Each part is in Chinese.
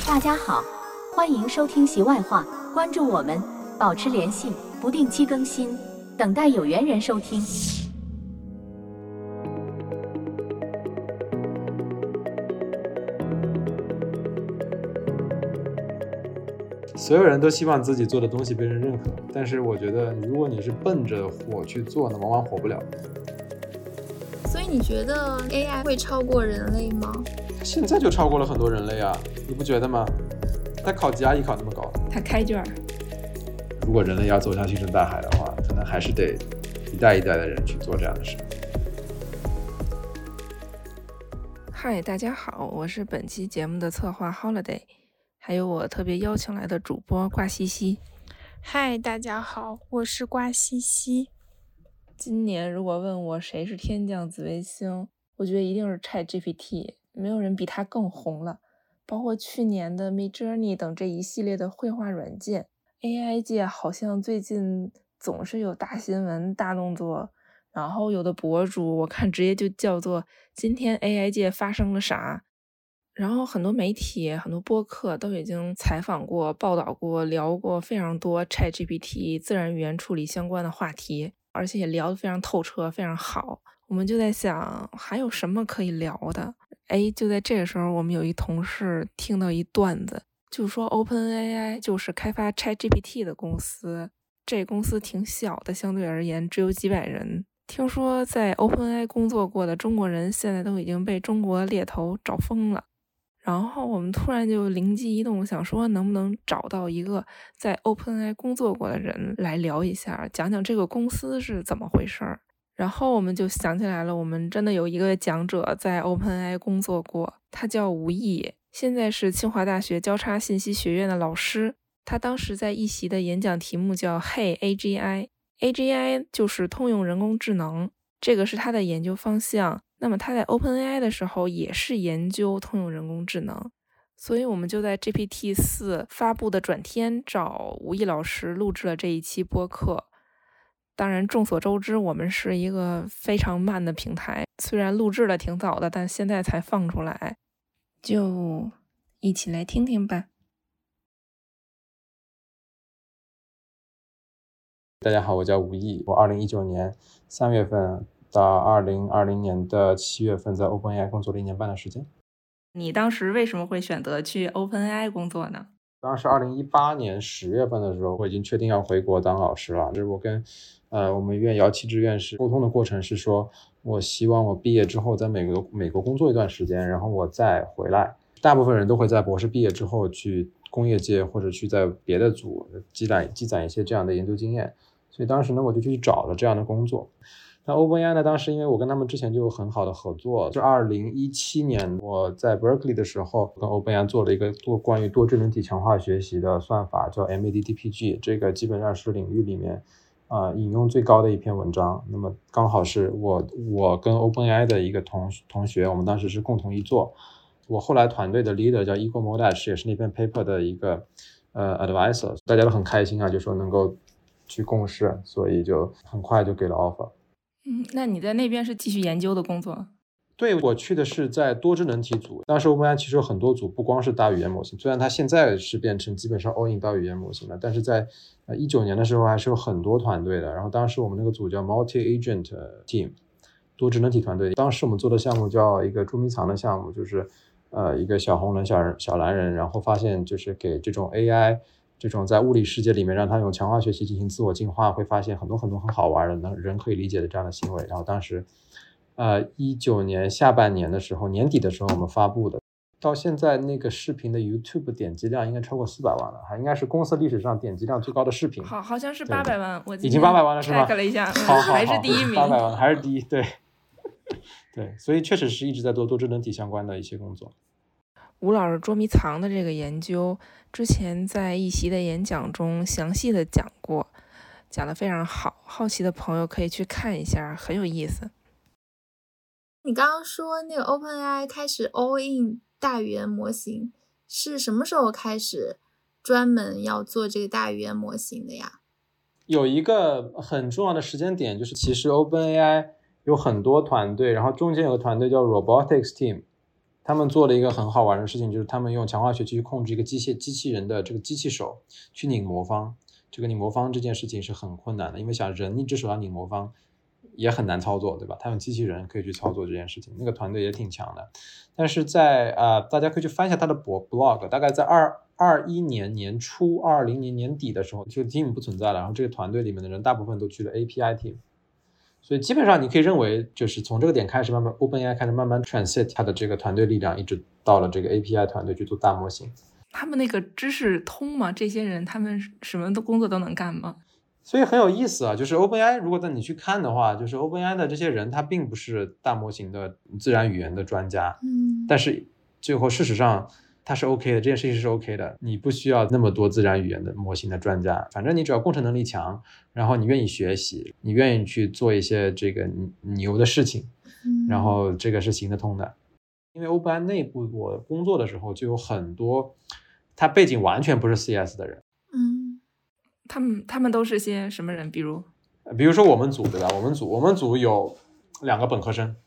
大家好，欢迎收听席外话，关注我们，保持联系，不定期更新，等待有缘人收听。 所有人都希望自己做的东西被人认可，但是我觉得如果你是奔着火去做呢，往往火不了。 所以你觉得 AI 会超过人类吗？ 现在就超过了很多人类啊，你不觉得吗？他考GRE考那么高， 他开卷。 如果人类要走向星辰大海的话，可能还是得一代一代的人去做这样的事。 嗨，大家好，我是本期节目的策划 Holiday， 还有我特别邀请来的主播挂西西。 嗨，大家好，我是挂西西。 今年如果问我谁是天降紫微星，我觉得一定是 ChatGPT， 没有人比它更红了。包括去年的 Midjourney 等这一系列的绘画软件， AI 界好像最近总是有大新闻大动作，然后有的博主我看直接就叫做今天 AI 界发生了啥，然后很多媒体很多播客都已经采访过报道过聊过非常多 ChatGPT 自然语言处理相关的话题，而且也聊得非常透彻非常好。我们就在想还有什么可以聊的。就在这个时候，我们有一同事听到一段子，就说 OpenAI 就是开发 ChatGPT 的公司，这公司挺小的，相对而言只有几百人。听说在 OpenAI 工作过的中国人现在都已经被中国猎头找疯了。然后我们突然就灵机一动，想说能不能找到一个在 OpenAI 工作过的人来聊一下，讲讲这个公司是怎么回事儿。然后我们就想起来了，我们真的有一个讲者在 OpenAI 工作过，他叫吴毅，现在是清华大学交叉信息学院的老师。他当时在一席的演讲题目叫 Hey AGI， AGI 就是通用人工智能，这个是他的研究方向。那么他在 OpenAI 的时候也是研究通用人工智能，所以我们就在 GPT-4 发布的转天找吴毅老师录制了这一期播客。当然众所周知，我们是一个非常慢的平台，虽然录制的挺早的，但现在才放出来，就一起来听听吧。 大家好，我叫吴毅，我2019年3月份到2020年的7月份在 OpenAI 工作了1年半的时间。 你当时为什么会选择去 OpenAI 工作呢？ 当时2018年10月份的时候，我已经确定要回国当老师了。就是我跟我们院姚启智院士沟通的过程是说，我希望我毕业之后在美国工作一段时间，然后我再回来。大部分人都会在博士毕业之后去工业界或者去在别的组积攒一些这样的研究经验，所以当时呢我就去找了这样的工作。那 OpenAI 呢，当时因为我跟他们之前就有很好的合作，就2017年我在 Berkeley 的时候跟 OpenAI 做了一个关于多智能体强化学习的算法，叫 MADDPG， 这个基本上是领域里面引用最高的一篇文章。那么刚好是我跟 OpenAI 的一个同学，我们当时是共同一做。我后来团队的 leader 叫 Igor Modash， 也是那篇 paper 的一个advisor， 大家都很开心啊，就说能够去共事，所以就很快就给了 offer。 那你在那边是继续研究的工作？ 对，我去的是在多智能体组。当时 OpenAI 其实有很多组，不光是大语言模型，虽然它现在是变成基本上 all in 大语言模型了，但是在19年的时候还是有很多团队的。然后当时我们那个组叫 multi-agent team， 多智能体团队。当时我们做的项目叫一个捉迷藏的项目，就是一个小红人小蓝人，然后发现就是给这种 AI这种在物理世界里面让它用强化学习进行自我进化，会发现很多很多很好玩的人可以理解的这样的行为。然后当时19年下半年的时候，年底的时候我们发布的，到现在那个视频的 YouTube 点击量应该超过400万了，还应该是公司历史上点击量最高的视频。 好像是800万，我已经800万了是吗？ check 了一下， 好还是第一名 ，800万还是第一，对对，所以确实是一直在做多智能体相关的一些工作。 吴老师捉迷藏的这个研究，之前在一席的演讲中详细的讲过，讲得非常好，好奇的朋友可以去看一下，很有意思。 你刚刚说那个 OpenAI 开始 all in 大语言模型，是什么时候开始专门要做这个大语言模型的呀？ 有一个很重要的时间点，就是其实 OpenAI 有很多团队，然后中间有个团队叫 Robotics Team， 他们做了一个很好玩的事情，就是他们用强化学去控制一个机器人的这个机器手去拧魔方。这个拧魔方这件事情是很困难的，因为想人一只手要拧魔方也很难操作，对吧？他用机器人可以去操作这件事情，那个团队也挺强的。但是在大家可以去翻一下他的 blog， 大概在21年年初20年年底的时候，这个 team 不存在了，然后这个团队里面的人大部分都去了 API team。所以基本上你可以认为，就是从这个点开始，慢慢 OpenAI 开始慢慢 transit 它的这个团队力量，一直到了这个 API 团队去做大模型。 他们那个知识通吗？这些人他们什么的工作都能干吗？ 所以很有意思啊，就是 OpenAI 如果你去看的话，就是 OpenAI 的这些人他并不是大模型的自然语言的专家，但是最后事实上它是 OK 的，这件事情是 OK 的，你不需要那么多自然语言的模型的专家，反正你只要工程能力强，然后你愿意学习，你愿意去做一些这个牛的事情，然后这个是行得通的。因为 OpenAI 内部我工作的时候就有很多他背景完全不是 CS 的人。 他们都是些什么人？比如说我们组，对吧？我们组有2个本科生，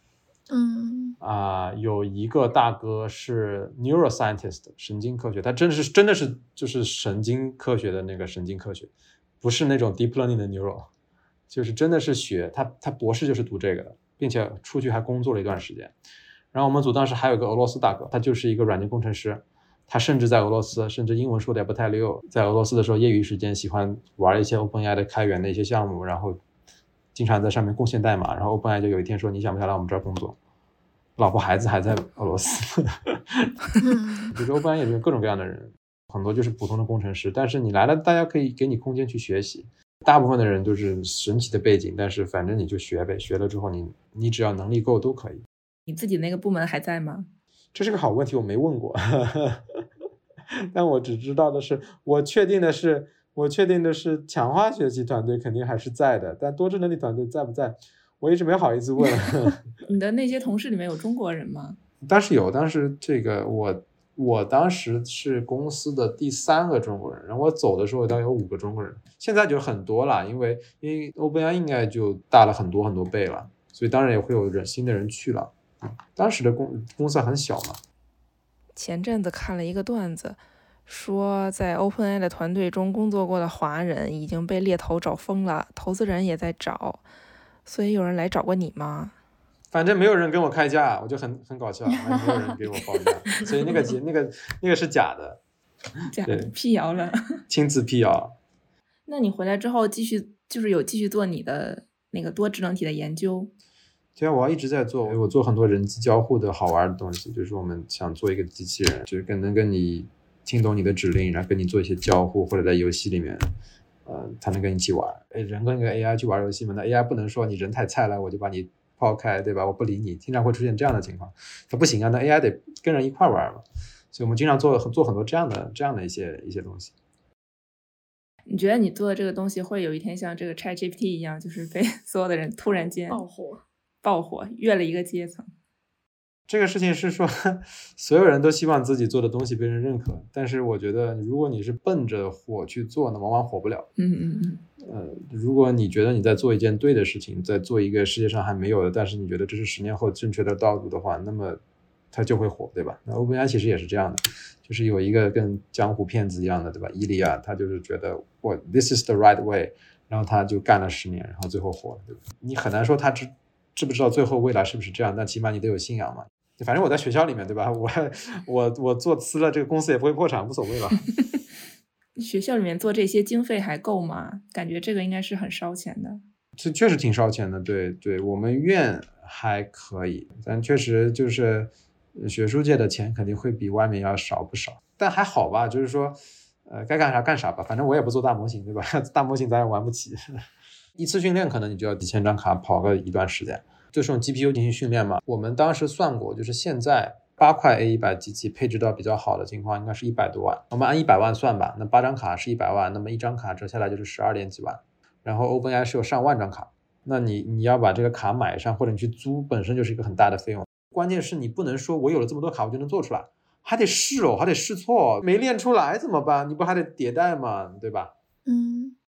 有一个大哥是 neuroscientist 神经科学，他真的是就是神经科学的那个神经科学，不是那种 deep learning 的 neural， 就是真的是学他博士就是读这个的，并且出去还工作了一段时间。然后我们组当时还有个俄罗斯大哥，他就是一个软件工程师，他甚至在俄罗斯，甚至英文说的也不太溜，在俄罗斯的时候业余时间喜欢玩一些 OpenAI 的开源的一些项目，然后经常在上面贡献代码，然后 OpenAI 就有一天说你想不想来我们这儿工作，老婆孩子还在俄罗斯就是 OpenAI 也有各种各样的人，很多就是普通的工程师，但是你来了大家可以给你空间去学习，大部分的人都是神奇的背景，但是反正你就学呗，学了之后你只要能力够都可以。 你自己那个部门还在吗？ 这是个好问题，我没问过但我只知道的是，我确定的是强化学习团队肯定还是在的，但多智能力团队在不在我一直没好意思问你的那些同事里面有中国人吗？ 当时有，当时这个我当时是公司的第3个中国人，然后我走的时候大概有5个中国人，现在就很多了，因为 OpenAI 应该就大了很多很多倍了，所以当然也会有新的人去了。当时的公司很小嘛。 前阵子看了一个段子，说在 OpenAI 的团队中工作过的华人已经被猎头找疯了，投资人也在找，所以有人来找过你吗？ 反正没有人跟我开价，我就很搞笑，没有人给我报价所以那个是假的， 假的，辟谣了， 亲自辟谣。 那你回来之后继续做你的那个多智能体的研究？ 对啊，我要一直在做，我做很多人机交互的好玩的东西，就是我们想做一个机器人，就是能跟你听懂你的指令，然后跟你做一些交互，或者在游戏里面才能跟你一起玩。人跟一个 AI 去玩游戏嘛，那 AI 不能说你人太菜了我就把你抛开，对吧？我不理你，经常会出现这样的情况，它不行啊，那 AI 得跟人一块玩嘛，所以我们经常做很多这样的一些东西。 你觉得你做的这个东西会有一天像这个 ChatGPT 一样，就是被所有的人突然间爆火，越了一个阶层？ 这个事情是说所有人都希望自己做的东西被人认可，但是我觉得如果你是奔着火去做，那往往火不了。如果你觉得你在做一件对的事情，在做一个世界上还没有的，但是你觉得这是10年后正确的道路的话，那么它就会火，对吧？那 OpenAI 其实也是这样的，就是有一个跟江湖骗子一样的，对吧？伊利亚他就是觉得this is the right way， 然后他就干了10年，然后最后火了，对吧？你很难说他知不知道最后未来是不是这样，但起码你得有信仰嘛。反正我在学校里面，对吧？我做呲了，这个公司也不会破产，无所谓吧。 学校里面做这些经费还够吗？感觉这个应该是很烧钱的。 这确实挺烧钱的，对，我们院还可以，但确实就是学术界的钱肯定会比外面要少不少，但还好吧，就是说该干啥干啥吧，反正我也不做大模型，对吧？大模型咱也玩不起，一次训练可能你就要几千张卡跑个一段时间，就是用 GPU 进行训练嘛。我们当时算过，就是现在8块 A100 机器配置到比较好的情况应该是100多万，我们按100万算吧，那8张卡是100万，那么一张卡折下来就是12点几万，然后 OpenAI 是有上万张卡，那你要把这个卡买上或者你去租，本身就是一个很大的费用。关键是你不能说我有了这么多卡我就能做出来，还得试还得试错，没练出来怎么办？你不还得迭代吗？对吧？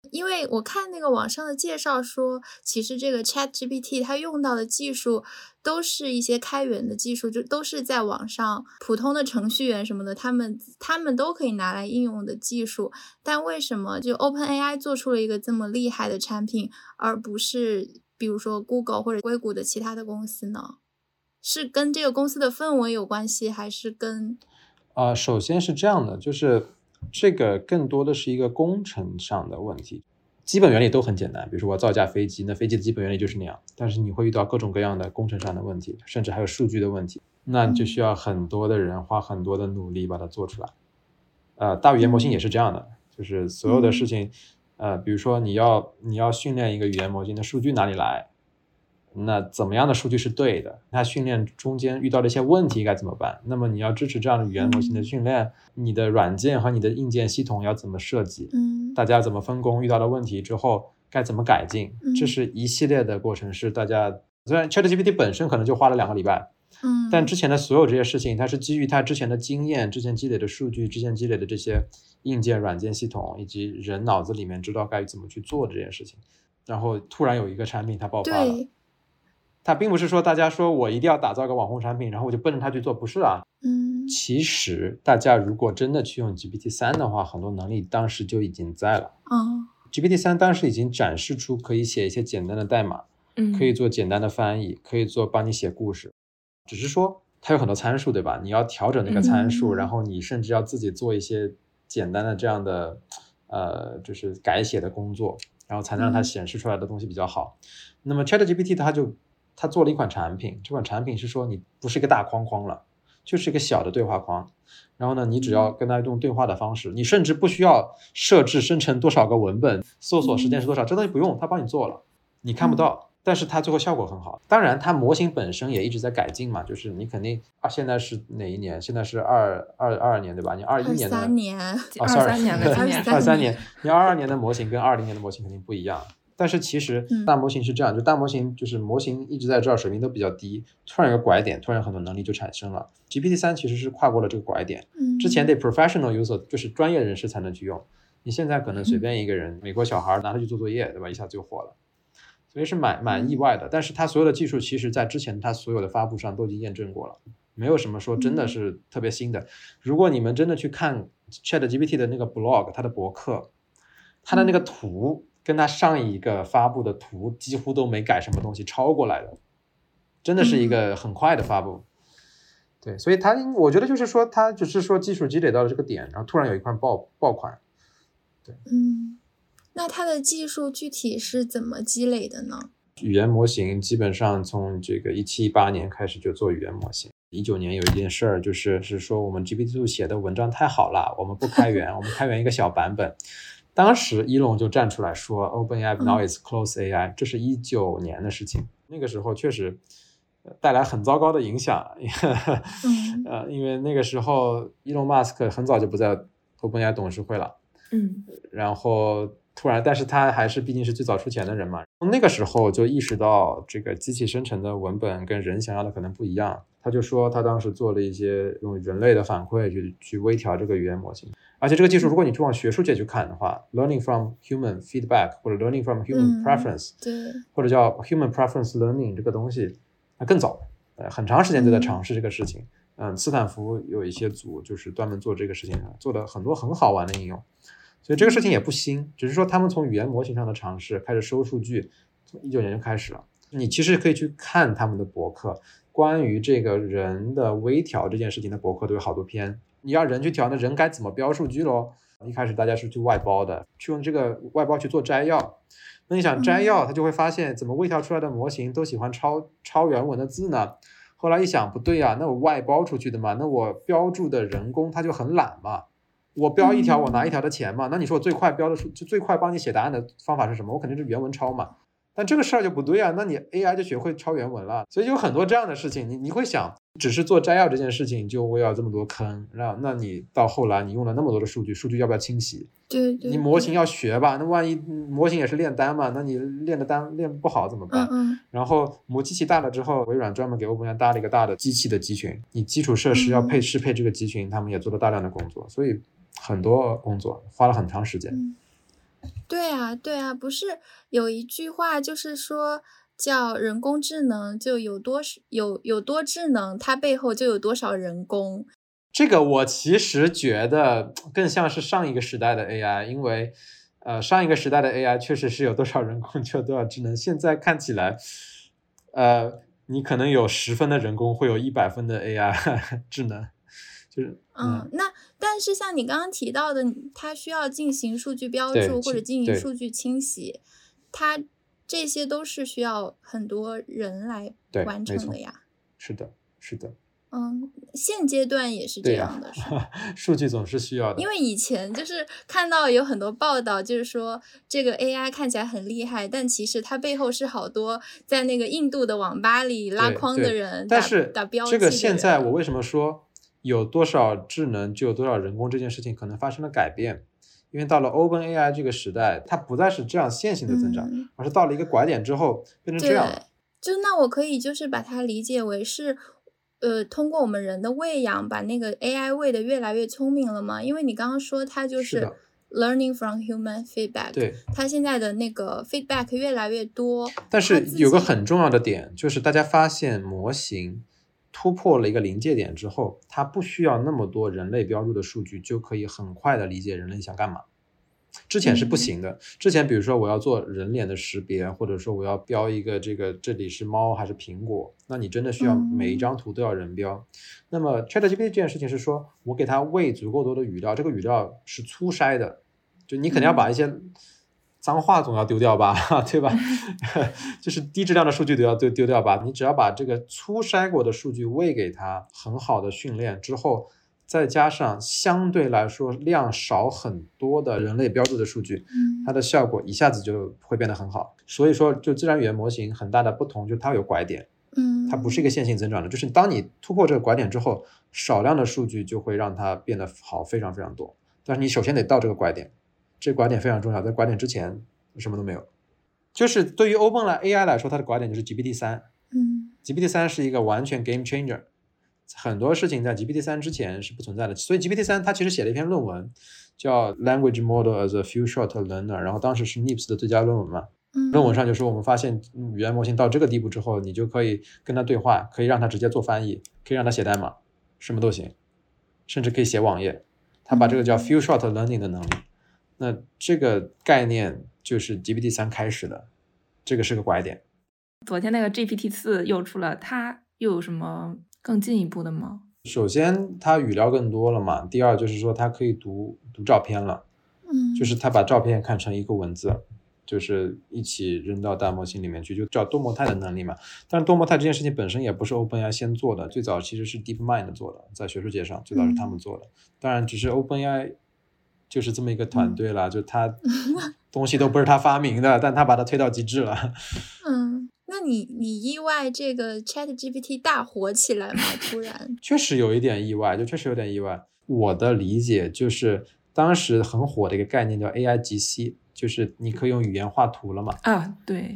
因为我看那个网上的介绍说，其实这个 ChatGPT 它用到的技术都是一些开源的技术，就都是在网上普通的程序员什么的，他们都可以拿来应用的技术。但为什么就 OpenAI 做出了一个这么厉害的产品，而不是比如说 Google 或者硅谷的其他的公司呢？是跟这个公司的氛围有关系，还是跟首先是这样的，就是这个更多的是一个工程上的问题，基本原理都很简单，比如说我要造架飞机，那飞机的基本原理就是那样，但是你会遇到各种各样的工程上的问题，甚至还有数据的问题，那你就需要很多的人花很多的努力把它做出来。大语言模型也是这样的，就是所有的事情，比如说你要训练一个语言模型的数据哪里来？那怎么样的数据是对的？它训练中间遇到的一些问题该怎么办？那么你要支持这样的语言模型的训练，你的软件和你的硬件系统要怎么设计？大家怎么分工？遇到了问题之后该怎么改进？这是一系列的过程，是大家虽然 ChatGPT 本身可能就花了2个礼拜，但之前的所有这些事情，它是基于它之前的经验、之前积累的数据、之前积累的这些硬件、软件系统，以及人脑子里面知道该怎么去做这件事情，然后突然有一个产品它爆发了。它并不是说大家说我一定要打造一个网红产品，然后我就奔着它去做，不是啊。其实大家如果真的去用 GPT-3 的话，很多能力当时就已经在了。GPT-3 当时已经展示出可以写一些简单的代码，可以做简单的翻译，可以做帮你写故事，只是说它有很多参数，对吧？你要调整那个参数，然后你甚至要自己做一些简单的这样的就是改写的工作，然后才能让它显示出来的东西比较好。那么 ChatGPT 它做了一款产品，这款产品是说你不是一个大框框了，就是一个小的对话框，然后呢你只要跟它用对话的方式，你甚至不需要设置生成多少个文本，搜索时间是多少，这东西不用，它帮你做了，你看不到，但是它最后效果很好。当然它模型本身也一直在改进嘛，就是你肯定现在是哪一年？现在是22年对吧？你21年的 23年 23年了 23年，你22年的模型跟20年的模型肯定不一样。但是其实大模型是这样，就大模型就是模型一直在这儿，水平都比较低，突然有个拐点，突然很多能力就产生了。GPT-3 其实是跨过了这个拐点，之前得 professional user 就是专业人士才能去用，你现在可能随便一个人，美国小孩拿它去做作业，对吧？一下子就火了，所以是蛮意外的。但是它所有的技术其实在之前它所有的发布上都已经验证过了，没有什么说真的是特别新的。如果你们真的去看 ChatGPT 的那个 blog， 它的博客，它的那个图跟它上一个发布的图几乎都没改什么东西，抄过来的，真的是一个很快的发布。对，所以我觉得就是说它只是说技术积累到了这个点，然后突然有一款爆款。对， 那它的技术具体是怎么积累的呢？ 语言模型基本上从这个17、18年开始就做语言模型。19年有一件事儿，是说我们 GPT-2 写的文章太好了，我们不开源，我们开源一个小版本。当时伊隆就站出来说 OpenAI now is close AI， 这是19年的事情。那个时候确实带来很糟糕的影响，因为那个时候伊隆马斯克很早就不在 OpenAI 董事会了，然后突然，但是他还是毕竟是最早出钱的人嘛，那个时候就意识到这个机器生成的文本跟人想要的可能不一样，他就说他当时做了一些用人类的反馈去微调这个语言模型。而且这个技术如果你去往学术界去看的话， learning from human feedback 或者 learning from human preference， 对， 或者叫 human preference learning 这个东西它更早，很长时间就在尝试这个事情。斯坦福有一些组就是专门做这个事情，做了很多很好玩的应用，所以这个事情也不新，只是说他们从语言模型上的尝试开始收数据，从19年就开始了。你其实可以去看他们的博客，关于这个人的微调这件事情的博客都有好多篇。你要人去调，那人该怎么标数据咯？一开始大家是去外包的，去用这个外包去做摘要。那你想摘要，他就会发现怎么微调出来的模型都喜欢抄原文的字呢？后来一想，不对啊，那我外包出去的嘛，那我标注的人工他就很懒嘛。我标一条，我拿一条的钱嘛。那你说我最快标的就最快帮你写答案的方法是什么？我肯定是原文抄嘛。但这个事儿就不对啊，那你 AI 就学会抄原文了。所以有很多这样的事情，你会想，只是做摘要这件事情就会要这么多坑，那你到后来你用了那么多的数据要不要清洗？ 对， 你模型要学吧，那万一模型也是炼单嘛，那你练的单练不好怎么办？然后母机器大了之后，微软专门给 OpenAI 搭了一个大的机器的集群，你基础设施要适配这个集群，他们也做了大量的工作，所以很多工作花了很长时间。 对啊，对啊，不是有一句话就是说叫人工智能就有多智能，它背后就有多少人工。 这个我其实觉得更像是上一个时代的 AI， 因为上一个时代的 AI 确实是有多少人工就有多少智能，现在看起来你可能有10分的人工，会有100分的 AI 智能，就是那但是像你刚刚提到的，它需要进行数据标注或者进行数据清洗，它这些都是需要很多人来完成的呀。 是的，是的。 现阶段也是这样的，是吧？ 数据总是需要的。 因为以前就是看到有很多报道，就是说这个 AI 看起来很厉害，但其实它背后是好多在那个印度的网吧里拉框的人， 但是打标记的人。 这个现在我为什么说有多少智能就有多少人工这件事情可能发生了改变？因为到了 OpenAI 这个时代，它不再是这样线性的增长，而是到了一个拐点之后变成这样了。 就那我可以就是把它理解为是通过我们人的喂养把那个 AI 喂得越来越聪明了吗？因为你刚刚说它就是 learning from human feedback， 对， 它现在的那个 feedback 越来越多。 但是有个很重要的点，就是大家发现模型突破了一个临界点之后，它不需要那么多人类标注的数据就可以很快的理解人类想干嘛。之前是不行的，之前比如说我要做人脸的识别，或者说我要标一个这里是猫还是苹果，那你真的需要每一张图都要人标。那么 ChatGPT 这件事情是说我给它喂足够多的语料，这个语料是粗筛的，就你肯定要把一些脏话总要丢掉吧，对吧？就是低质量的数据都要丢掉吧，你只要把这个粗筛过的数据喂给它，很好的训练之后，再加上相对来说量少很多的人类标注的数据，它的效果一下子就会变得很好。所以说就自然语言模型很大的不同就是它有拐点，它不是一个线性增长的，就是当你突破这个拐点之后，少量的数据就会让它变得好非常非常多，但是你首先得到这个拐点，这个拐点非常重要，在拐点之前什么都没有。就是对于 OpenAI 来说，它的拐点就是 GPT-3， GPT-3 是一个完全 game changer，很多事情在 GPT-3 之前是不存在的，所以 GPT-3 它其实写了一篇论文叫 Language Model as a Few-Shot Learner， 然后当时是 NIPS 的最佳论文嘛。论文上就说我们发现语言模型到这个地步之后，你就可以跟它对话，可以让它直接做翻译，可以让它写代码，什么都行，甚至可以写网页。它把这个叫 Few-Shot Learning 的能力，那这个概念就是 GPT-3 开始的，这个是个拐点。 昨天那个 GPT-4 又出了，它又有什么更进一步的吗？ 首先它语料更多了嘛，第二就是说它可以读照片了，就是它把照片看成一个文字，就是一起扔到大模型里面去，就叫多模态的能力嘛。但是多模态这件事情本身也不是 OpenAI 先做的，最早其实是 DeepMind 做的，在学术界上最早是他们做的，当然只是 OpenAI 就是这么一个团队了，就它东西都不是他发明的，但他把它推到极致了。 那你意外这个 ChatGPT 大火起来吗？突然确实有一点意外，确实有点意外。我的理解就是当时很火的一个概念叫 AIGC， 就是你可以用语言画图了嘛。 对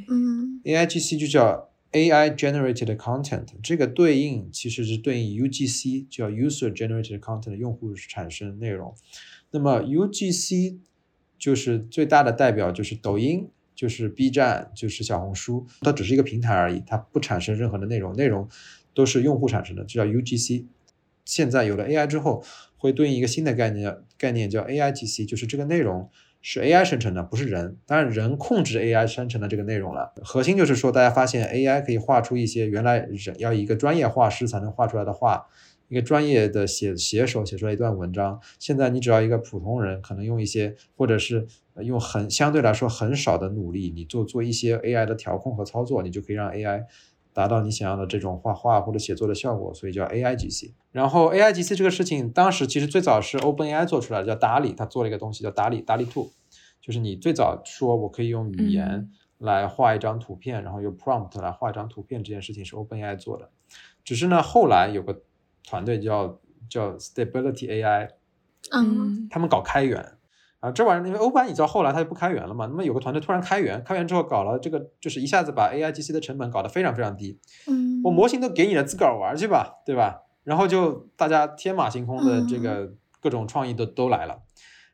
，AIGC 就叫 AI Generated Content， 这个对应其实是对应 UGC， 叫 User Generated Content， 用户产生内容。那么 UGC 就是最大的代表就是抖音，就是 B 站，就是小红书，它只是一个平台而已，它不产生任何的内容，内容都是用户产生的，这叫 UGC。 现在有了 AI 之后，会对应一个新的概念叫 AIGC， 就是这个内容是 AI 生成的，不是人，当然人控制 AI 生成的这个内容了。核心就是说大家发现 AI 可以画出一些原来人要一个专业画师才能画出来的画，一个专业的写手写出来一段文章，现在你只要一个普通人可能用一些或者是用相对来说很少的努力，你做一些 AI 的调控和操作，你就可以让 AI 达到你想要的这种画画或者写作的效果，所以叫 AIGC。 然后 AIGC 这个事情当时其实最早是 OpenAI 做出来的，叫DALL-E， 他做了一个东西叫 DALL-E 2， 就是你最早说我可以用语言来画一张图片，然后用 prompt 来画一张图片，这件事情是 OpenAI 做的。只是呢后来有个团队叫 Stability AI， 他们搞开源这玩意儿，因为欧版你知道后来它就不开源了嘛，那么有个团队突然开源之后搞了这个，就是一下子把 AIGC 的成本搞得非常非常低，我模型都给你了，自个儿玩去吧，对吧？然后就大家天马行空的这个各种创意都来了，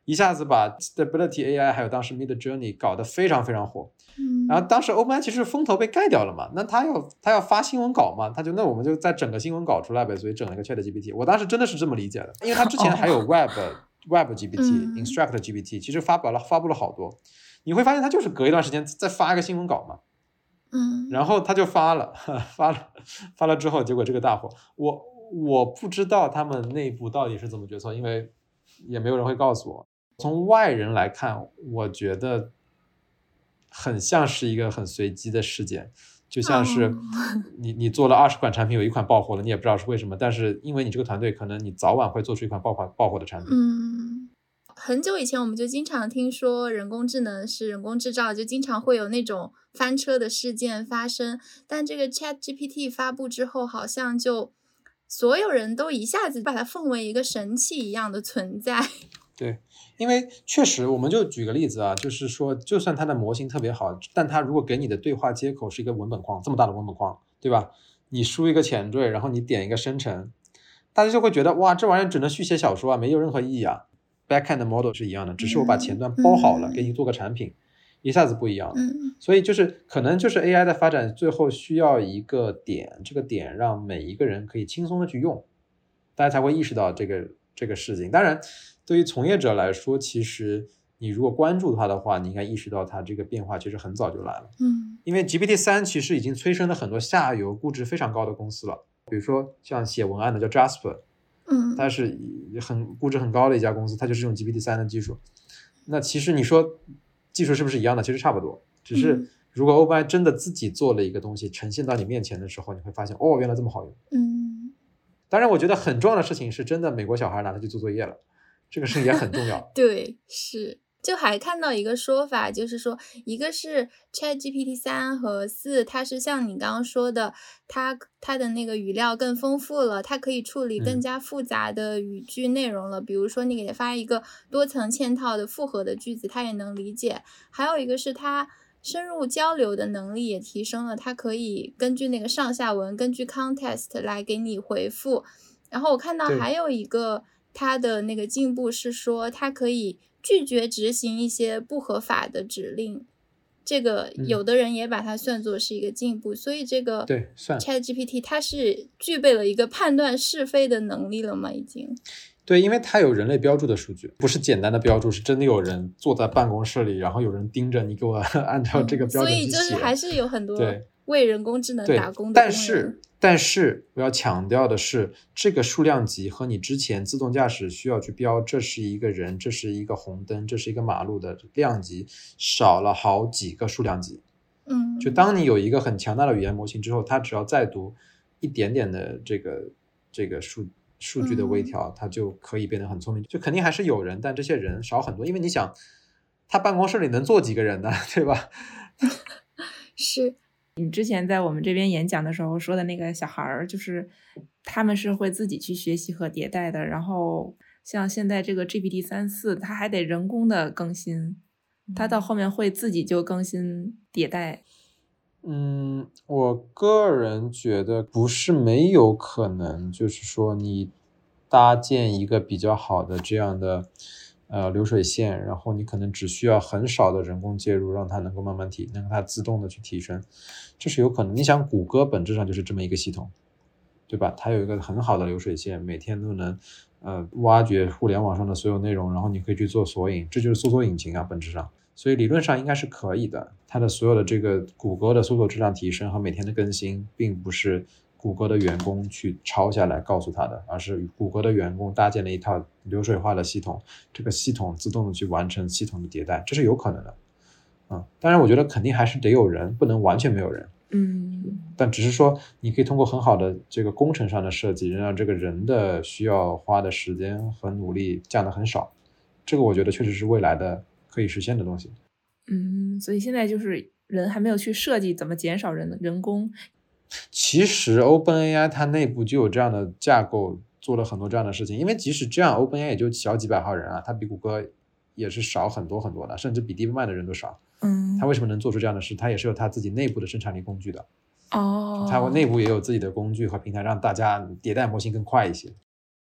一下子把 Stability AI 还有当时 Midjourney 搞得非常非常火。然后当时 OpenAI 其实风头被盖掉了嘛，那他要发新闻稿嘛，那我们就再整个新闻稿出来呗，所以整了一个 ChatGPT。我当时真的是这么理解的，因为他之前还有 Web GPT、Instruct GPT， 其实发布了好多。你会发现他就是隔一段时间再发一个新闻稿嘛，然后他就发了之后，结果这个大火，我不知道他们内部到底是怎么决策，因为也没有人会告诉我。从外人来看，我觉得很像是一个很随机的事件，就像是你做了20款产品，有1款爆火了，你也不知道是为什么，但是因为你这个团队可能你早晚会做出一款爆火的产品。 很久以前我们就经常听说人工智能是人工制造，就经常会有那种翻车的事件发生，但这个 ChatGPT 发布之后，好像就所有人都一下子把它奉为一个神器一样的存在。 对，因为确实我们就举个例子啊，就是说就算它的模型特别好，但它如果给你的对话接口是一个文本框，这么大的文本框，对吧？你输一个前缀，然后你点一个生成，大家就会觉得哇，这玩意儿只能续写小说啊，没有任何意义啊。Backend model 是一样的，只是我把前端包好了，给你做个产品，一下子不一样了。所以就是可能就是 AI 的发展最后需要一个点，这个点让每一个人可以轻松的去用，大家才会意识到这个事情。当然对于从业者来说，其实你如果关注它的话，你应该意识到它这个变化其实很早就来了。因为 GPT-3 其实已经催生了很多下游估值非常高的公司了，比如说像写文案的叫 Jasper，它是估值很高的一家公司，它就是用 GPT-3 的技术。那其实你说技术是不是一样的？其实差不多，只是如果 OpenAI 真的自己做了一个东西呈现到你面前的时候，你会发现哦，原来这么好用。当然我觉得很重要的事情是真的美国小孩拿它去做作业了，这个事情也很重要。 对，是。就还看到一个说法，就是说一个是 ChatGPT 3和4，它是像你刚刚说的，它的那个语料更丰富了，它可以处理更加复杂的语句内容了。比如说你给它发一个多层嵌套的复合的句子，它也能理解。还有一个是它深入交流的能力也提升了，它可以根据那个上下文，根据 context 来给你回复。然后我看到还有一个它的那个进步是说，它可以拒绝执行一些不合法的指令，这个有的人也把它算作是一个进步。所以这个 ChatGPT 它是具备了一个判断是非的能力了吗？已经。 对，因为它有人类标注的数据，不是简单的标注，是真的有人坐在办公室里，然后有人盯着你给我按照这个标准去写。 所以就是还是有很多为人工智能打工的但是我要强调的是，这个数量级和你之前自动驾驶需要去标这是一个人，这是一个红灯，这是一个马路的量级少了好几个数量级。就当你有一个很强大的语言模型之后，它只要再读一点点的这个数据的微调，它就可以变得很聪明。就肯定还是有人，但这些人少很多，因为你想他办公室里能坐几个人呢，对吧？ 是。 你之前在我们这边演讲的时候说的那个小孩儿，就是他们是会自己去学习和迭代的，然后像现在这个 GPT-3、4，它还得人工的更新，它到后面会自己就更新迭代。 我个人觉得不是没有可能，就是说你搭建一个比较好的这样的流水线，然后你可能只需要很少的人工介入，让它能够慢慢让它自动的去提升，这是有可能。你想谷歌本质上就是这么一个系统，对吧？它有一个很好的流水线，每天都能挖掘互联网上的所有内容，然后你可以去做索引，这就是搜索引擎啊，本质上。所以理论上应该是可以的。它的所有的这个谷歌的搜索质量提升和每天的更新，并不是谷歌的员工去抄下来告诉他的，而是谷歌的员工搭建了一套流水化的系统，这个系统自动的去完成系统的迭代，这是有可能的。当然我觉得肯定还是得有人，不能完全没有人。但只是说你可以通过很好的这个工程上的设计，让这个人的需要花的时间和努力降得很少，这个我觉得确实是未来的可以实现的东西。 所以现在就是人还没有去设计怎么减少人工。 其实 OpenAI 它内部就有这样的架构，做了很多这样的事情。因为即使这样 OpenAI 也就小几百号人啊，它比谷歌也是少很多很多的，甚至比 DeepMind 的人都少。它为什么能做出这样的事？它也是有它自己内部的生产力工具的。它内部也有自己的工具和平台，让大家迭代模型更快一些。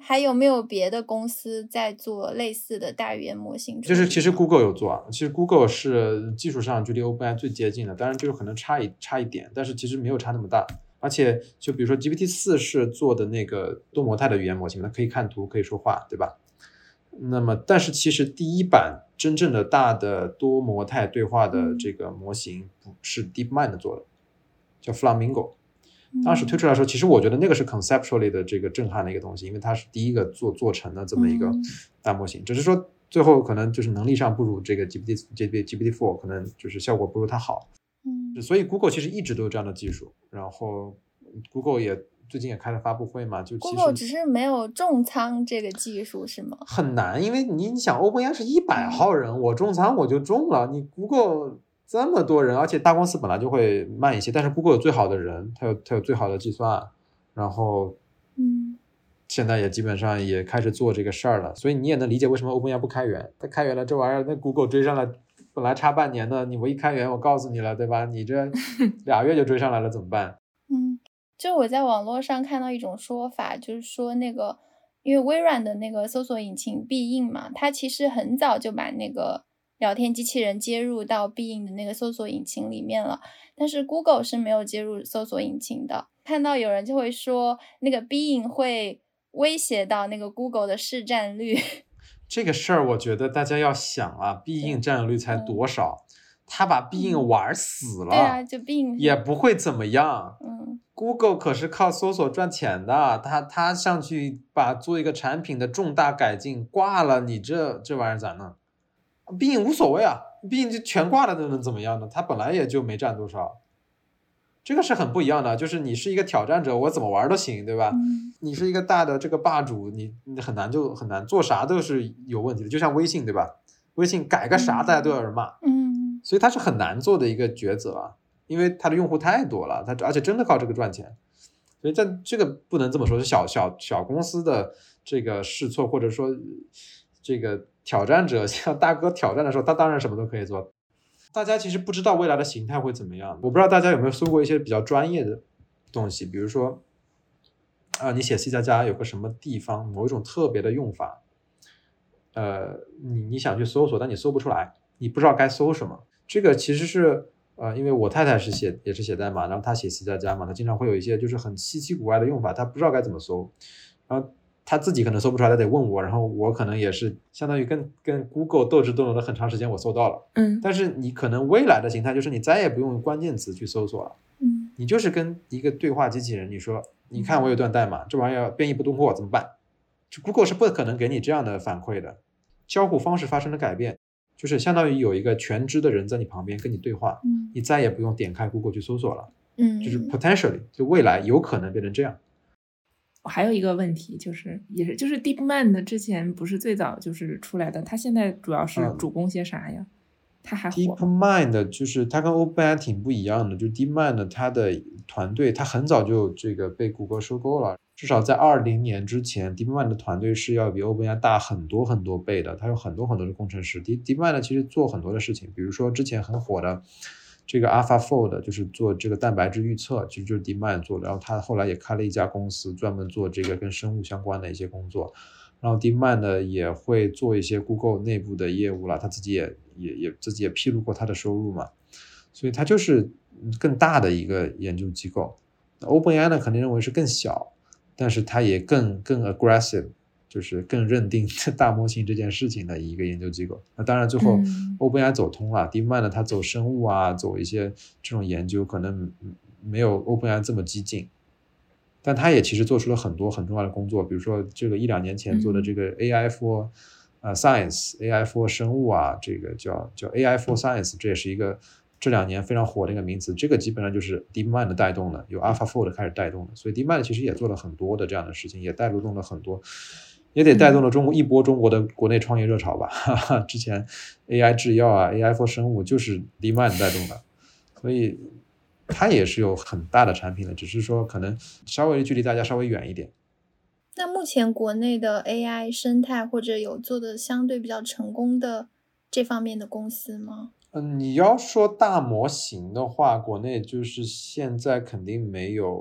还有没有别的公司在做类似的大语言模型？ 就是其实 Google 有做啊，其实 Google 是技术上距离 OpenAI 最接近的，当然就是可能差一点，但是其实没有差那么大。而且就比如说 GPT-4 是做的那个多模态的语言模型，它可以看图，可以说话，对吧？那么但是其实第一版真正的大的多模态对话的这个模型不是 DeepMind 做的，叫 Flamingo。当时推出来的时候，其实我觉得那个是 conceptually 的这个震撼的一个东西，因为它是第一个做成的这么一个大模型，只是说最后可能就是能力上不如这个 GPT-4， 可能就是效果不如它好。所以 Google 其实一直都有这样的技术，然后 Google 也最近也开了发布会嘛，就其实 Google 只是没有重仓这个技术是吗？ 很难，因为你想 OpenAI 是100号人，我重仓我就中了，你 Google这么多人，而且大公司本来就会慢一些，但是 Google 有最好的人，它有最好的计算，然后现在也基本上也开始做这个事儿了，所以你也能理解为什么 OpenAI 不开源，它开源了这玩意儿，那 Google 追上来本来差半年的，我一开源我告诉你了，对吧？你这2月就追上来了怎么办？ 就我在网络上看到一种说法，就是说那个因为微软的那个搜索引擎必应嘛，它其实很早就把那个聊天机器人接入到必应的那个搜索引擎里面了，但是 Google 是没有接入搜索引擎的。看到有人就会说那个必应会威胁到那个 Google 的市占率。 这个事儿我觉得大家要想啊，必应占有率才多少，他把必应玩死了， 对啊，就必应也不会怎么样。Google 可是靠搜索赚钱的，他上去做一个产品的重大改进挂了，你这玩意儿咋弄？必应无所谓啊，必应就全挂了，都能怎么样呢？他本来也就没占多少，这个是很不一样的。就是你是一个挑战者，我怎么玩都行，对吧？你是一个大的这个霸主，你很难做啥都是有问题的。就像微信，对吧？微信改个啥大家都要人骂，所以它是很难做的一个抉择啊。因为它的用户太多了，而且真的靠这个赚钱，所以这个不能这么说，是小公司的这个试错，或者说这个挑战者向大哥挑战的时候，他当然什么都可以做。大家其实不知道未来的形态会怎么样，我不知道大家有没有搜过一些比较专业的东西，比如说你写 C++ 有个什么地方某一种特别的用法，你想去搜索，但你搜不出来，你不知道该搜什么。这个其实是因为我太太也是写代码，然后她写 C++ 嘛，她经常会有一些就是很稀奇古怪的用法，她不知道该怎么搜，然后她自己可能搜不出来，她得问我，然后我可能也是相当于跟 Google 斗智斗勇了很长时间，我搜到了。但是你可能未来的形态就是你再也不用关键词去搜索了，你就是跟一个对话机器人，你说你看我有段代码，这玩意儿变异不通过怎么办？Google 是不可能给你这样的反馈的，交互方式发生了改变。就是相当于有一个全知的人在你旁边跟你对话，你再也不用点开 Google 去搜索了，就是 potentially 就未来有可能变成这样。 我还有一个问题就是 DeepMind 之前不是最早就是出来的，它现在主要是主攻些啥呀？它还火吗？ DeepMind 就是它跟 OpenAI 挺不一样的，就是 DeepMind 它的团队它很早就这个被谷歌收购了，至少在20年之前 DeepMind 的团队是要比 OpenAI 大很多很多倍的，它有很多很多的工程师。DeepMind 其实做很多的事情，比如说之前很火的这个 AlphaFold 就是做这个蛋白质预测，其实就是 DeepMind 做的，然后他后来也开了一家公司专门做这个跟生物相关的一些工作，然后 DeepMind 也会做一些 Google 内部的业务了，他自己也披露过他的收入嘛，所以他就是更大的一个研究机构。OpenAI 呢肯定认为是更小，但是他也更 aggressive， 就是更认定大模型这件事情的一个研究机构。那当然最后 OpenAI 走通了，DeepMind 它走生物啊，走一些这种研究可能没有 OpenAI 这么激进，但他也其实做出了很多很重要的工作，比如说这个1-2年前做的这个 AI for Science AI for 生物啊，这个叫 AI for Science， 这也是一个这2年非常火的一个名词，这个基本上就是 DeepMind 带动的，由 AlphaFold 开始带动的，所以 DeepMind 其实也做了很多的这样的事情，也带动了很多，也得带动了一波中国的国内创业热潮吧。之前 AI 制药啊 AI for 生物就是 DeepMind 带动的，所以它也是有很大的产品的，只是说可能稍微距离大家稍微远一点。 那目前国内的 AI 生态或者有做的相对比较成功的这方面的公司吗？ 你要说大模型的话，国内就是现在肯定没有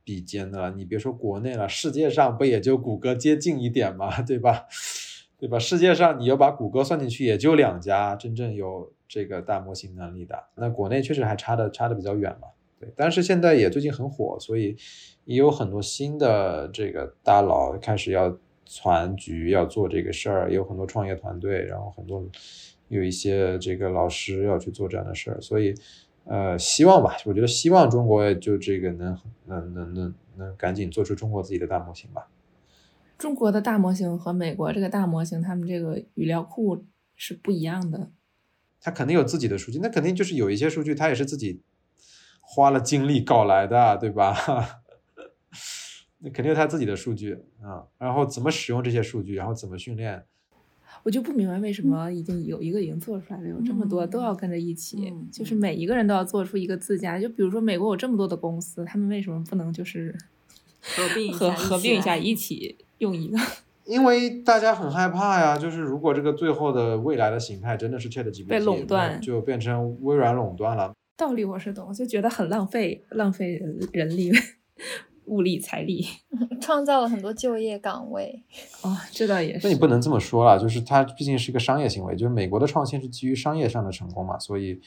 比肩的了。你别说国内了，世界上不也就谷歌接近一点嘛，对吧？对吧？世界上你要把谷歌算进去，也就2家真正有这个大模型能力的。那国内确实还差的比较远嘛。对，但是现在也最近很火，所以也有很多新的这个大佬开始要攒局，要做这个事儿，也有很多创业团队，然后很多有一些这个老师要去做这样的事儿，所以希望吧，我觉得希望中国就这个能赶紧做出中国自己的大模型吧。 中国的大模型和美国这个大模型，他们这个语料库是不一样的。 他肯定有自己的数据，那肯定就是有一些数据他也是自己花了精力搞来的，对吧？那肯定有他自己的数据啊，然后怎么使用这些数据，然后怎么训练。 我就不明白为什么已经有一个已经做出来了，有这么多都要跟着一起，就是每一个人都要做出一个自家。就比如说美国有这么多的公司，他们为什么不能就是合并一下一起用一个？ 因为大家很害怕呀，就是如果这个最后的未来的形态真的是 ChatGPT 被垄断， 就变成微软垄断了。 道理我是懂，就觉得很浪费人力、物力、财力， 创造了很多就业岗位。 哦，这倒也是。 那你不能这么说了，就是它毕竟是一个商业行为，就是美国的创新是基于商业上的成功嘛，所以，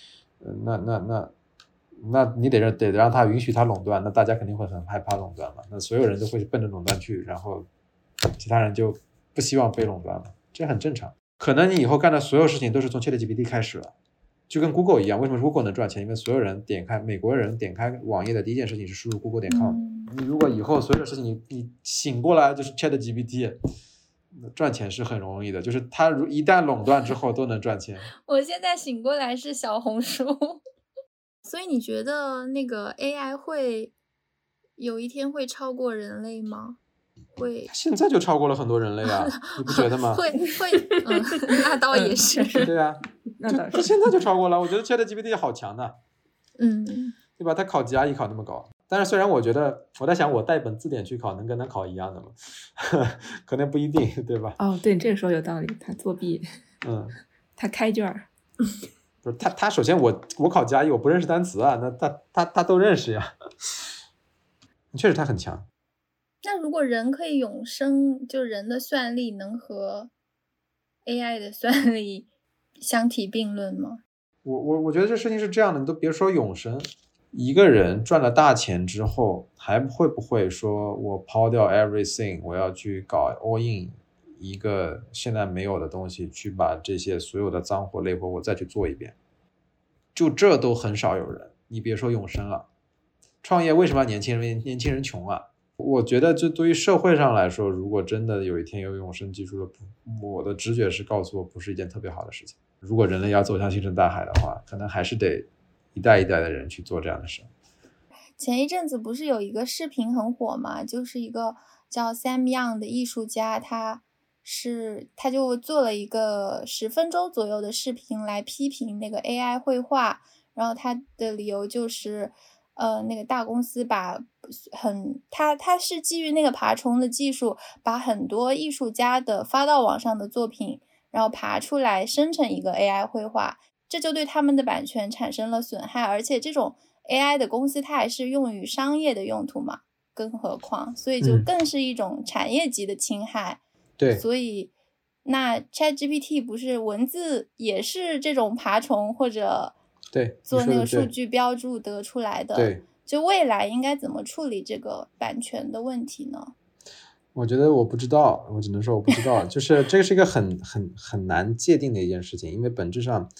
那你得让它允许它垄断，那大家肯定会很害怕垄断嘛，那所有人都会奔着垄断去，然后其他人就不希望被垄断嘛，这很正常。可能你以后干的所有事情都是从 ChatGPT 开始了。就跟 Google 一样，为什么 Google 能赚钱？因为所有人美国人点开网页的第一件事情是输入 google.com。你如果以后所有的事情你醒过来就是 ChatGPT， 赚钱是很容易的，就是它一旦垄断之后都能赚钱。 我现在醒过来是小红书。所以你觉得那个 AI 会有一天会超过人类吗？会， 现在就超过了很多人类啊，你不觉得吗？ 会，那倒也是。 对啊，就现在就超过了。我觉得 ChatGPT 好强的，对吧？他考GRE考那么高，但是虽然我觉得我在想，我带本字典去考，能跟他考一样的吗？可能不一定，对吧？ 哦，对，你这个说有道理，他作弊，他开卷儿。 不是他首先我考GRE我不认识单词啊，那他都认识呀，确实他很强。 那如果人可以永生，就人的算力能和 AI 的算力相提并论吗？ 我觉得这事情是这样的，你都别说永生，一个人赚了大钱之后，还会不会说我抛掉 everything， 我要去搞 all in 一个现在没有的东西，去把这些所有的脏活累活我再去做一遍？就这都很少有人，你别说永生了。创业为什么年轻人穷啊？我觉得这对于社会上来说，如果真的有一天有永生技术了，我的直觉是告诉我不是一件特别好的事情。如果人类要走向星辰大海的话，可能还是得一代一代的人去做这样的事。 前一阵子不是有一个视频很火嘛，就是一个叫 Sam Young 的艺术家，他就做了一个10分钟左右的视频来批评那个 AI 绘画，然后他的理由就是那个大公司把他是基于那个爬虫的技术，把很多艺术家的发到网上的作品，然后爬出来生成一个 AI 绘画，这就对他们的版权产生了损害，而且这种 AI 的公司它还是用于商业的用途嘛，更何况，所以就更是一种产业级的侵害。 对， 所以那 ChatGPT 不是文字也是这种爬虫或者做那个数据标注得出来的， 对， 就未来应该怎么处理这个版权的问题呢？ 我觉得我不知道，我只能说我不知道，就是这个是一个很难界定的一件事情，因为本质上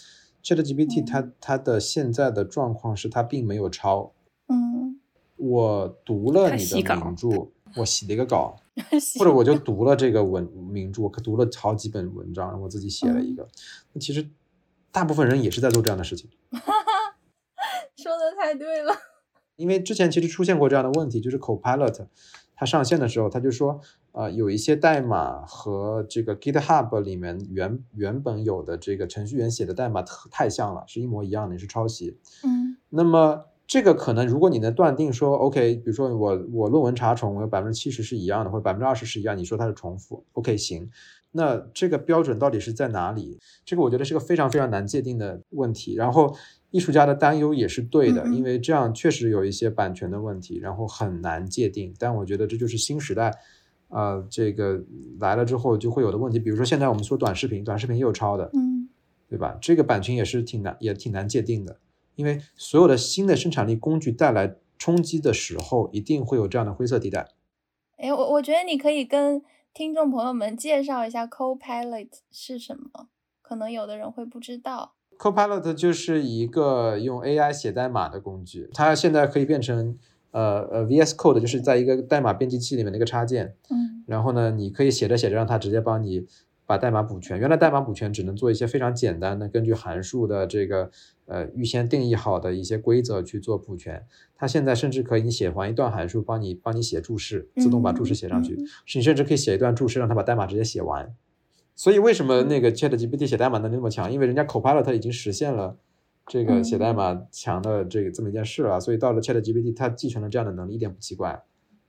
ChatGPT 它的现在的状况是它并没有抄。我读了你的名著，我写了一个稿，或者我就读了这个名著，我读了好几本文章，我自己写了一个。其实大部分人也是在做这样的事情。 说的太对了。 因为之前其实出现过这样的问题，就是 Copilot 它上线的时候，它就说有一些代码和这个 GitHub 里面原本有的这个程序员写的代码太像了，是一模一样的，是抄袭。那么这个可能如果你能断定说 OK， 比如说我论文查重我有 70% 是一样的，或者 20% 是一样，你说它是重复 OK 行， 那这个标准到底是在哪里？这个我觉得是个非常非常难界定的问题。然后艺术家的担忧也是对的，因为这样确实有一些版权的问题，然后很难界定。但我觉得这就是新时代这个来了之后就会有的问题。比如说现在我们说短视频也有抄的，对吧？这个版权也是挺难界定的，因为所有的新的生产力工具带来冲击的时候，一定会有这样的灰色地带。 我觉得你可以跟听众朋友们介绍一下 Copilot 是什么，可能有的人会不知道。 Copilot 就是一个用 AI 写代码的工具，它现在可以变成VS Code， 就是在一个代码编辑器里面的一个插件。然后呢，你可以写着写着让它直接帮你把代码补全。原来代码补全只能做一些非常简单的，根据函数的这个预先定义好的一些规则去做补全。它现在甚至可以你写完一段函数，帮你写注释，自动把注释写上去。你甚至可以写一段注释，让它把代码直接写完。所以为什么那个 ChatGPT 写代码能力那么强？因为人家 Copilot 已经实现了这个写代码强的这么一件事了，所以到了 ChatGPT 它继承了这样的能力，一点不奇怪。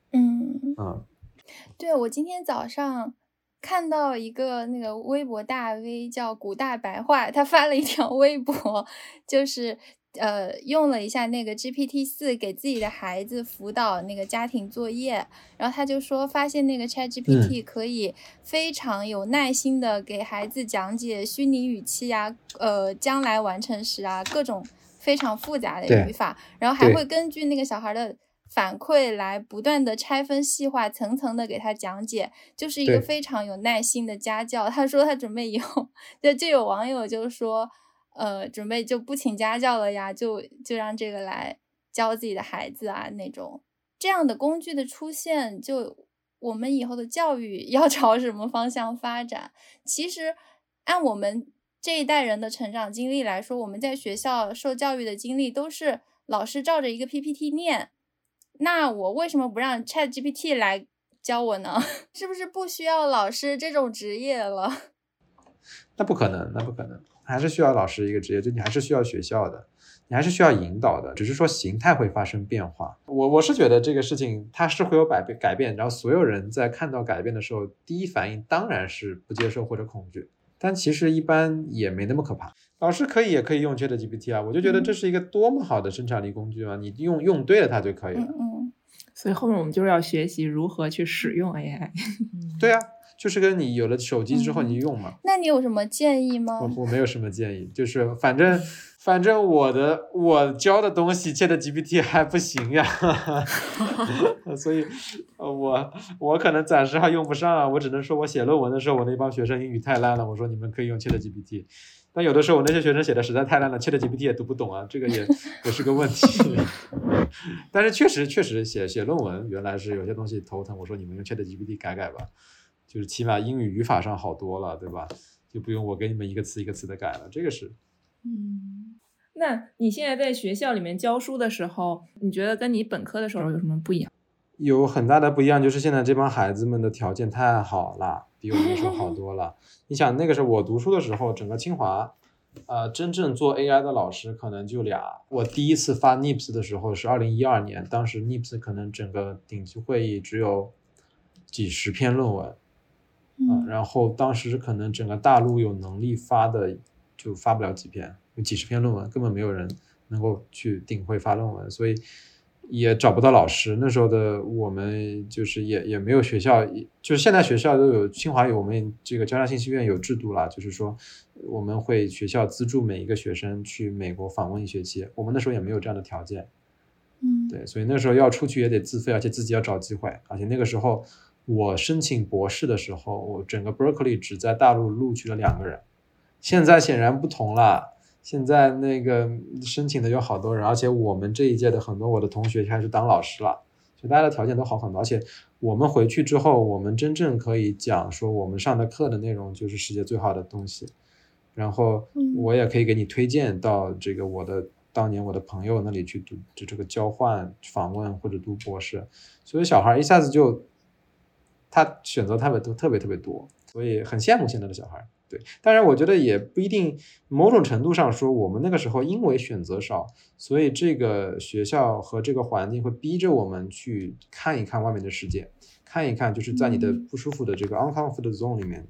对，我今天早上看到一个那个微博大 V 叫古大白话，他发了一条微博，就是用了一下那个 GPT-4 给自己的孩子辅导那个家庭作业，然后他就说发现那个 ChatGPT 可以非常有耐心的给孩子讲解虚拟语气啊，将来完成时啊，各种非常复杂的语法，然后还会根据那个小孩的反馈来不断的拆分细化，层层的给他讲解，就是一个非常有耐心的家教。他说他准备以后就有网友就说准备就不请家教了呀，就让这个来教自己的孩子啊，那种这样的工具的出现，就我们以后的教育要朝什么方向发展？其实按我们这一代人的成长经历来说，我们在学校受教育的经历都是老师照着一个 PPT 念，那我为什么不让 ChatGPT 来教我呢？是不是不需要老师这种职业了？ 那不可能，还是需要老师一个职业，就你还是需要学校的，你还是需要引导的，只是说形态会发生变化。我是觉得这个事情它是会有改变，然后所有人在看到改变的时候，第一反应当然是不接受或者恐惧，但其实一般也没那么可怕。老师也可以用 ChatGPT 啊，我就觉得这是一个多么好的生产力工具啊，你用对了它就可以了。 所以后面我们就是要学习如何去使用 AI。 对啊，就是跟你有了手机之后你用嘛。 那你有什么建议吗？ 我没有什么建议，就是反正我教的东西 ChatGPT 还不行呀，所以我可能暂时还用不上啊。我只能说我写论文的时候，我那帮学生英语太烂了，我说你们可以用 ChatGPT。但有的时候我那些学生写的实在太烂了， ChatGPT 也读不懂啊，这个也是个问题。但是确实写论文原来是有些东西头疼，我说你们用 ChatGPT 改吧，就是起码英语语法上好多了，对吧？就不用我给你们一个词一个词的改了，这个是。 那你现在在学校里面教书的时候，你觉得跟你本科的时候有什么不一样？ 有很大的不一样，就是现在这帮孩子们的条件太好了，比我们那时候好多了。你想那个时候我读书的时候，整个清华真正做 AI 的老师可能就俩。我第一次发 NIPS 的时候是2012年，当时 NIPS 可能整个顶级会议只有几十篇论文，然后当时可能整个大陆有能力发的就发不了几篇，有几十篇论文根本没有人能够去顶会发论文，所以也找不到老师。那时候的我们就是也没有学校，就是现在学校都有，清华有我们这个交大信息院有制度了，就是说我们会学校资助每一个学生去美国访问1学期，我们那时候也没有这样的条件。对，所以那时候要出去也得自费，而且自己要找机会。而且那个时候我申请博士的时候，我整个 Berkeley 只在大陆录取了2个人。现在显然不同了，现在那个申请的有好多人，而且我们这一届的很多我的同学开始当老师了，所以大家的条件都好很多。而且我们回去之后，我们真正可以讲说我们上的课的内容就是世界最好的东西，然后我也可以给你推荐到这个当年我的朋友那里去读这个交换访问或者读博士，所以小孩一下子就他选择特别多，所以很羡慕现在的小孩。对，当然我觉得也不一定，某种程度上说我们那个时候因为选择少，所以这个学校和这个环境会逼着我们去看一看外面的世界，看一看就是在你的不舒服的这个 uncomfortable zone 里面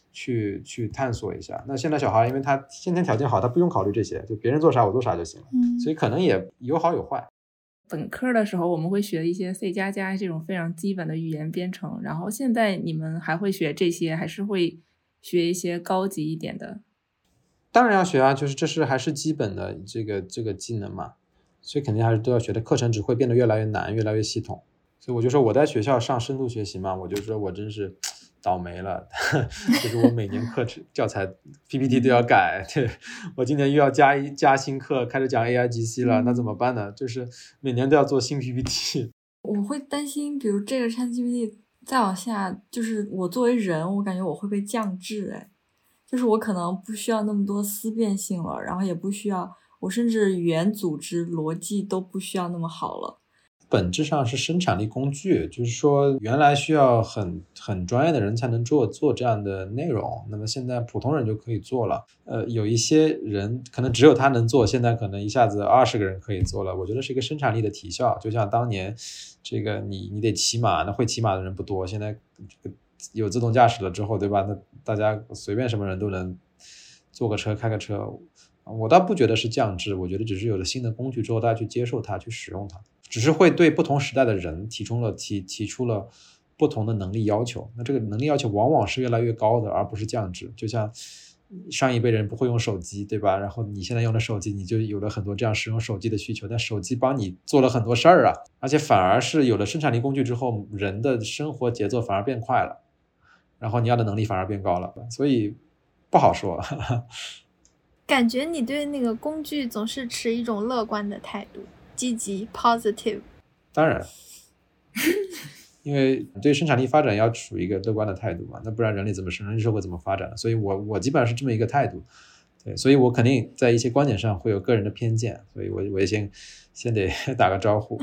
去探索一下。那现在小孩因为他先天条件好，他不用考虑这些，就别人做啥我做啥就行了，所以可能也有好有坏。 本科的时候我们会学一些 C++ 这种非常基本的语言编程，然后现在你们还会学这些，还是会学一些高级一点的？ 当然要学啊，就是这是还是基本的这个技能嘛，所以肯定还是都要学的，课程只会变得越来越难，越来越系统。所以我就说我在学校上深度学习嘛，我就说我真是倒霉了，就是我每年课程教材 PPT 都要改，对，我今年又要加新课，开始讲 AIGC 了，那怎么办呢？就是每年都要做新 PPT。 我会担心，比如这个 ChatGPT 再往下，就是我作为人，我感觉我会被降智，就是我可能不需要那么多思辨性了，然后也不需要，我甚至语言组织逻辑都不需要那么好了。 本质上是生产力工具，就是说原来需要很专业的人才能做这样的内容，那么现在普通人就可以做了。有一些人可能只有他能做，现在可能一下子20个人可以做了，我觉得是一个生产力的提效。就像当年这个你得骑马，那会骑马的人不多，现在有自动驾驶了之后，对吧？那大家随便什么人都能坐个车开个车，我倒不觉得是降智，我觉得只是有了新的工具之后，大家去接受它，去使用它，只是会对不同时代的人提出了不同的能力要求。那这个能力要求往往是越来越高的，而不是降智。就像上一辈人不会用手机，对吧？然后你现在用了手机，你就有了很多这样使用手机的需求，但手机帮你做了很多事儿啊，而且反而是有了生产力工具之后，人的生活节奏反而变快了，然后你要的能力反而变高了，所以不好说。 感觉你对那个工具总是持一种乐观的态度，积极 positive。 当然因为对生产力发展要处于一个乐观的态度嘛，那不然人类社会怎么发展？所以我基本上是这么一个态度。对，所以我肯定在一些观点上会有个人的偏见，所以我也先得打个招呼。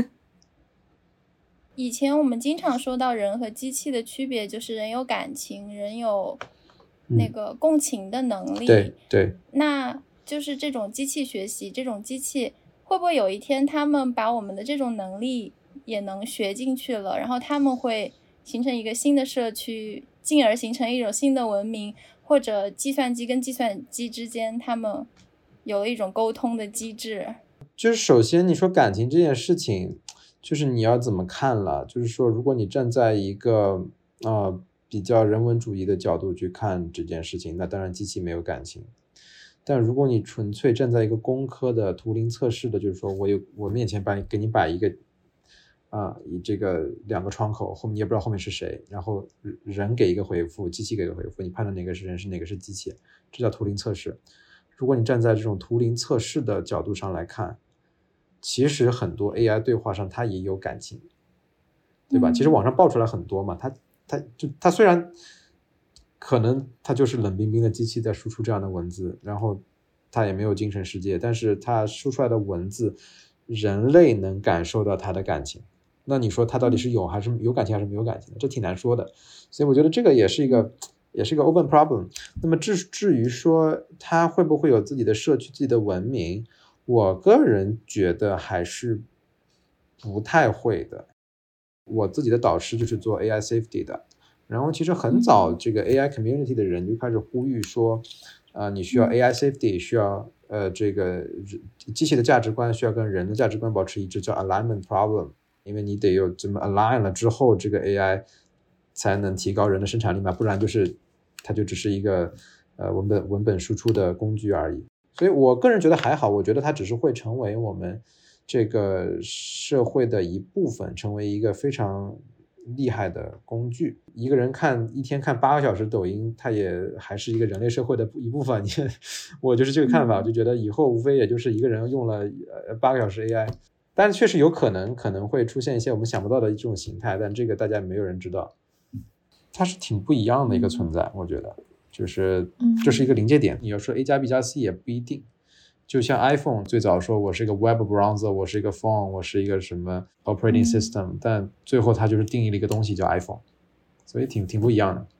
以前我们经常说到人和机器的区别，就是人有感情，人有那个共情的能力。 对， 那就是这种机器学习，这种机器会不会有一天他们把我们的这种能力也能学进去了，然后他们会形成一个新的社区，进而形成一种新的文明，或者计算机跟计算机之间他们有了一种沟通的机制。 就是首先你说感情这件事情，就是你要怎么看了，就是说如果你站在一个比较人文主义的角度去看这件事情，那当然机器没有感情。但如果你纯粹站在一个工科的图灵测试的，就是说我面前给你摆一个这个2个窗口，后面你也不知道后面是谁，然后人给一个回复，机器给一个回复，你判断哪个是人是哪个是机器，这叫图灵测试。如果你站在这种图灵测试的角度上来看，其实很多 AI 对话上它也有感情，对吧？其实网上爆出来很多嘛，它虽然可能它就是冷冰冰的机器在输出这样的文字，然后它也没有精神世界，但是它输出来的文字人类能感受到它的感情。那你说它到底是有感情还是没有感情的，这挺难说的。所以我觉得这个也是一个 open problem。 那么至于说它会不会有自己的社区自己的文明，我个人觉得还是不太会的。我自己的导师就是做 AI safety 的，然后其实很早这个 AI community 的人就开始呼吁说你需要 AI safety， 需要这个机器的价值观需要跟人的价值观保持一致，叫 alignment problem。 因为你得有这么 align 了之后，这个 AI 才能提高人的生产力嘛，不然它就只是一个文本输出的工具而已。所以我个人觉得还好，我觉得它只是会成为我们这个社会的一部分，成为一个非常厉害的工具。一个人一天看8个小时抖音，他也还是一个人类社会的一部分。我就是这个看法，我就觉得以后无非也就是一个人用了8个小时 AI， 但是确实有可能会出现一些我们想不到的这种形态，但这个大家没有人知道，它是挺不一样的一个存在。我觉得就是这是一个临界点，你要说 A+B+C 也不一定。就像 iPhone 最早说我是一个 web browser， 我是一个 phone， 我是一个什么 operating system，但最后它就是定义了一个东西叫 iPhone， 所以挺不一样的。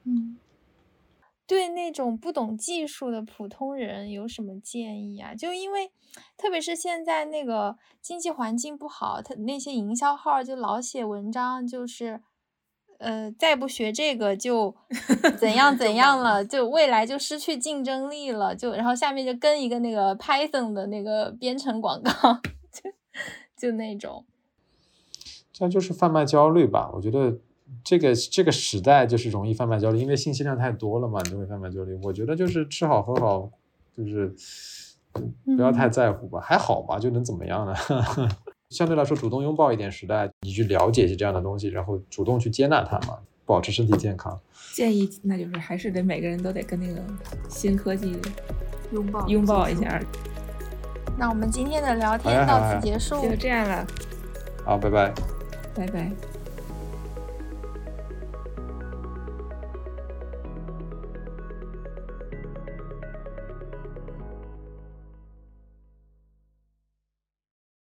对那种不懂技术的普通人有什么建议啊？就因为特别是现在那个经济环境不好，他那些营销号就老写文章，就是再不学这个就怎样怎样了，就未来就失去竞争力了，然后下面就跟一个那个 Python 的那个编程广告，就那种。 这就是贩卖焦虑吧，我觉得这个时代就是容易贩卖焦虑，因为信息量太多了嘛，你就会贩卖焦虑。我觉得就是吃好喝好，就是不要太在乎吧，还好吧，就能怎么样呢？相对来说主动拥抱一点时代，你去了解一些这样的东西，然后主动去接纳它嘛，保持身体健康。 建议那就是还是得每个人都得跟那个新科技拥抱一下。 那我们今天的聊天到此结束， 就这样了。 好，拜拜。 拜拜。